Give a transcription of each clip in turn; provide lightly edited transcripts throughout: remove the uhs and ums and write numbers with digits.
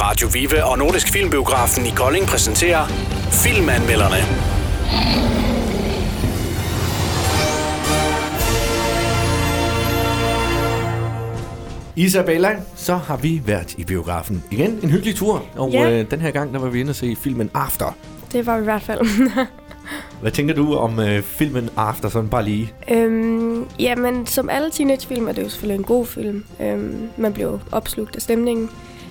Radio Vive og Nordisk Filmbiografen i Kolding præsenterer Filmanmelderne. Isabella, så har vi været i biografen igen. En hyggelig tur, og den her gang der var vi inde og se filmen After. Det var vi i hvert fald. Hvad tænker du om filmen After, sådan bare lige? Jamen, som alle teenagefilm er det jo selvfølgelig en god film. Man bliver opslugt af stemningen.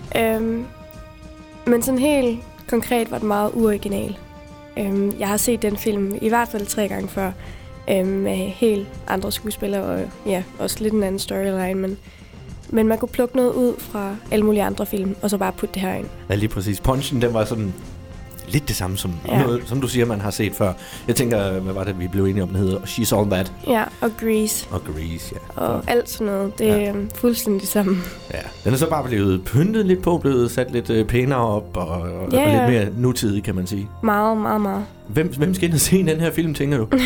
Men sådan helt konkret var det meget uoriginal. Jeg har set den film i hvert fald 3 gange før, med helt andre skuespillere og også lidt en anden storyline, men man kunne plukke noget ud fra alle mulige andre film, og så bare putte det her ind. Ja, lige præcis. Punchen, den var sådan lidt det samme som noget, som du siger, man har set før. Jeg tænker, hvad var det, vi blev enige om, den hedder? She's All That. Ja, og Grease. Og Grease, ja. Og alt sådan noget. Det er fuldstændig det samme. Ja, den er så bare blevet pyntet lidt på, blevet sat lidt pænere op, og lidt mere nutidig, kan man sige. Meget, meget, meget. Hvem skal ind og se den her film, tænker du?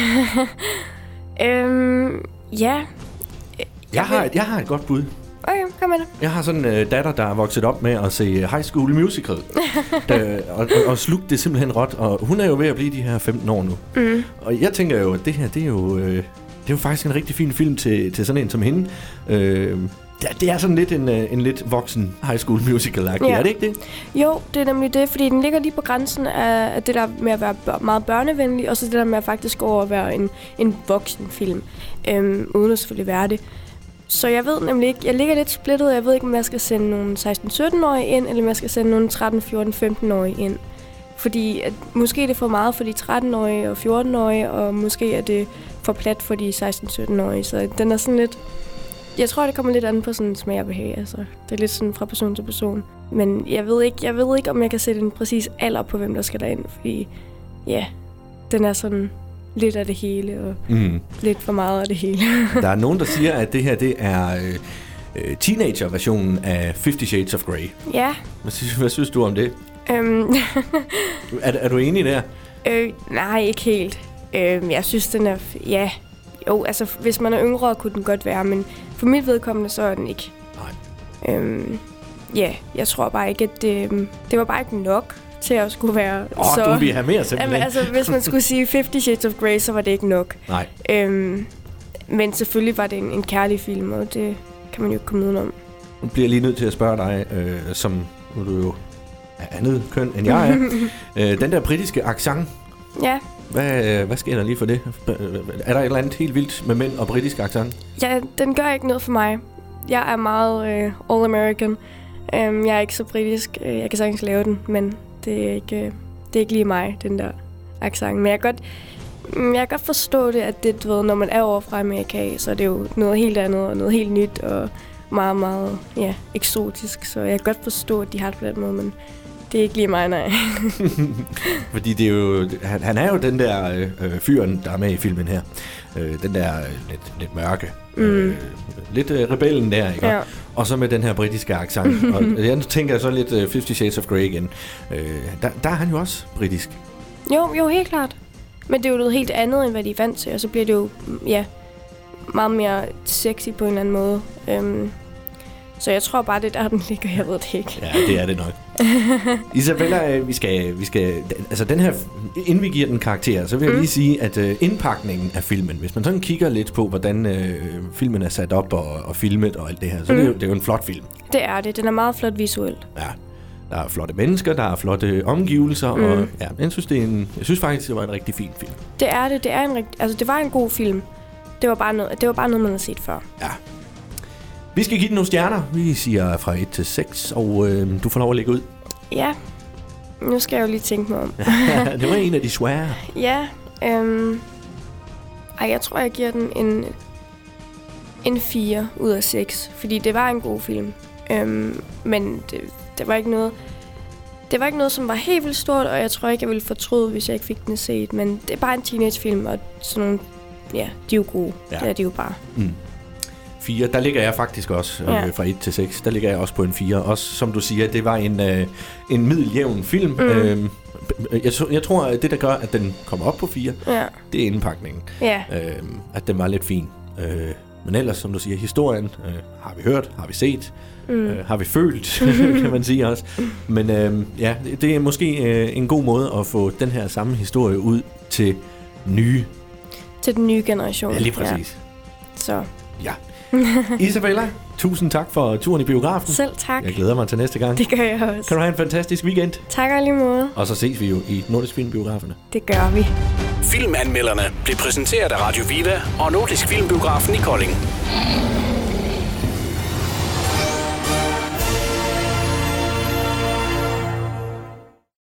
Ja. Jeg har et godt bud. Okay, kom med det. Jeg har sådan en datter, der er vokset op med at se High School Musical. og slugte det simpelthen råt. Og hun er jo ved at blive de her 15 år nu. Mm. Og jeg tænker jo, at det her, det er jo faktisk en rigtig fin film til sådan en som hende. Det er sådan lidt en lidt voksen High School Musical-agtig, er det ikke det? Jo, det er nemlig det, fordi den ligger lige på grænsen af det der med at være meget børnevenlig, og så det der med at faktisk gå over at være en voksen film, uden at selvfølgelig være det. Så jeg ved nemlig ikke, jeg ligger lidt splittet, jeg ved ikke, om jeg skal sende nogle 16-17-årige ind, eller om jeg skal sende nogle 13-14-15-årige ind. Fordi måske er det for meget for de 13-årige og 14-årige, og måske er det for plat for de 16-17-årige, så den er sådan lidt... Jeg tror, det kommer lidt an på sådan smag og behag, altså. Det er lidt sådan fra person til person. Men jeg ved ikke, om jeg kan sætte en præcis alder på, hvem der skal derind, fordi den er sådan... lidt af det hele, og lidt for meget af det hele. Der er nogen, der siger, at det her, det er teenager-versionen af 50 Shades of Grey. Ja. Hvad synes du om det? Er du enig der? Nej, ikke helt. Jeg synes, den er... Ja, jo, altså, hvis man er yngre, kunne den godt være, men for mit vedkommende, så er den ikke. Nej. Jeg tror bare ikke, at det var bare ikke nok til at skulle være så... du vil have mere simpelthen. Jamen, altså, hvis man skulle sige 50 Shades of Grey, så var det ikke nok. Nej. Men selvfølgelig var det en kærlig film, og det kan man jo ikke komme udenom. Nu bliver jeg lige nødt til at spørge dig, som nu er du jo af andet køn, end jeg er. Den der britiske accent. Ja. Hvad sker der lige for det? Er der et eller andet helt vildt med mænd og britisk accent? Ja, den gør ikke noget for mig. Jeg er meget all-American. Jeg er ikke så britisk. Jeg kan sagtens lave den, men det er ikke lige mig, den der accent. Men jeg kan godt forstå det, at det, du ved, når man er over fra Amerika, så er det jo noget helt andet og noget helt nyt og meget, meget eksotisk. Så jeg kan godt forstå, at de har det på den måde, men det er ikke lige mig, nej. Fordi det er jo, han er jo den der fyren, der er med i filmen her. Den der lidt mørke. Lidt rebellen der, ikke? Ja. Og så med den her britiske accent. Og jeg tænker så lidt 50 Shades of Grey igen. Der er han jo også britisk. Jo, helt klart. Men det er jo noget helt andet, end hvad de er vant til. Og så bliver det jo meget mere sexy på en eller anden måde. Så jeg tror bare, det der den ligger, jeg ved det ikke. Ja, det er det nok. Isabella, vi skal altså den her, inden vi giver den karakter, så vil jeg lige sige, at indpakningen af filmen, hvis man sådan kigger lidt på, hvordan filmen er sat op og filmet og alt det her, så det er jo en flot film. Det er det. Den er meget flot visuelt. Ja. Der er flotte mennesker, der er flotte omgivelser, og jeg synes faktisk, det var en rigtig fin film. Det er det. Det var en god film. Det var bare noget, man har set før. Ja. Vi skal give den nogle stjerner. Vi siger fra 1 til 6, og du får lov at lægge ud. Ja, nu skal jeg jo lige tænke mig om. Det var en af de svære. Ja, jeg tror, jeg giver den en 4 ud af 6, fordi det var en god film. Men det var ikke noget... Det var ikke noget, som var helt vildt stort, og jeg tror ikke, jeg ville fortryde, hvis jeg ikke fik den set. Men det er bare en teenagefilm, og sådan nogle... Ja, de er jo gode. Ja. Det er de jo bare. 4, der ligger jeg faktisk også fra 1 til 6. Der ligger jeg også på en 4. Også som du siger, det var en middeljævn film. Jeg tror, at det, der gør, at den kommer op på 4, det er indpakningen. At den var lidt fin. Men ellers, som du siger, historien har vi hørt, har vi set, har vi følt, kan man sige også. Men det er måske en god måde at få den her samme historie ud til til den nye generation. Ja, lige præcis. Ja. Så. Ja. Isabella, tusind tak for turen i biografen. Selv tak. Jeg glæder mig til næste gang. Det gør jeg også. Kan du have en fantastisk weekend. Tak og lige måde. Og så ses vi jo i Nordisk Filmbiograferne. Det gør vi. Filmanmelderne blev præsenteret af Radio Viva og Nordisk Filmbiografen i Kolding.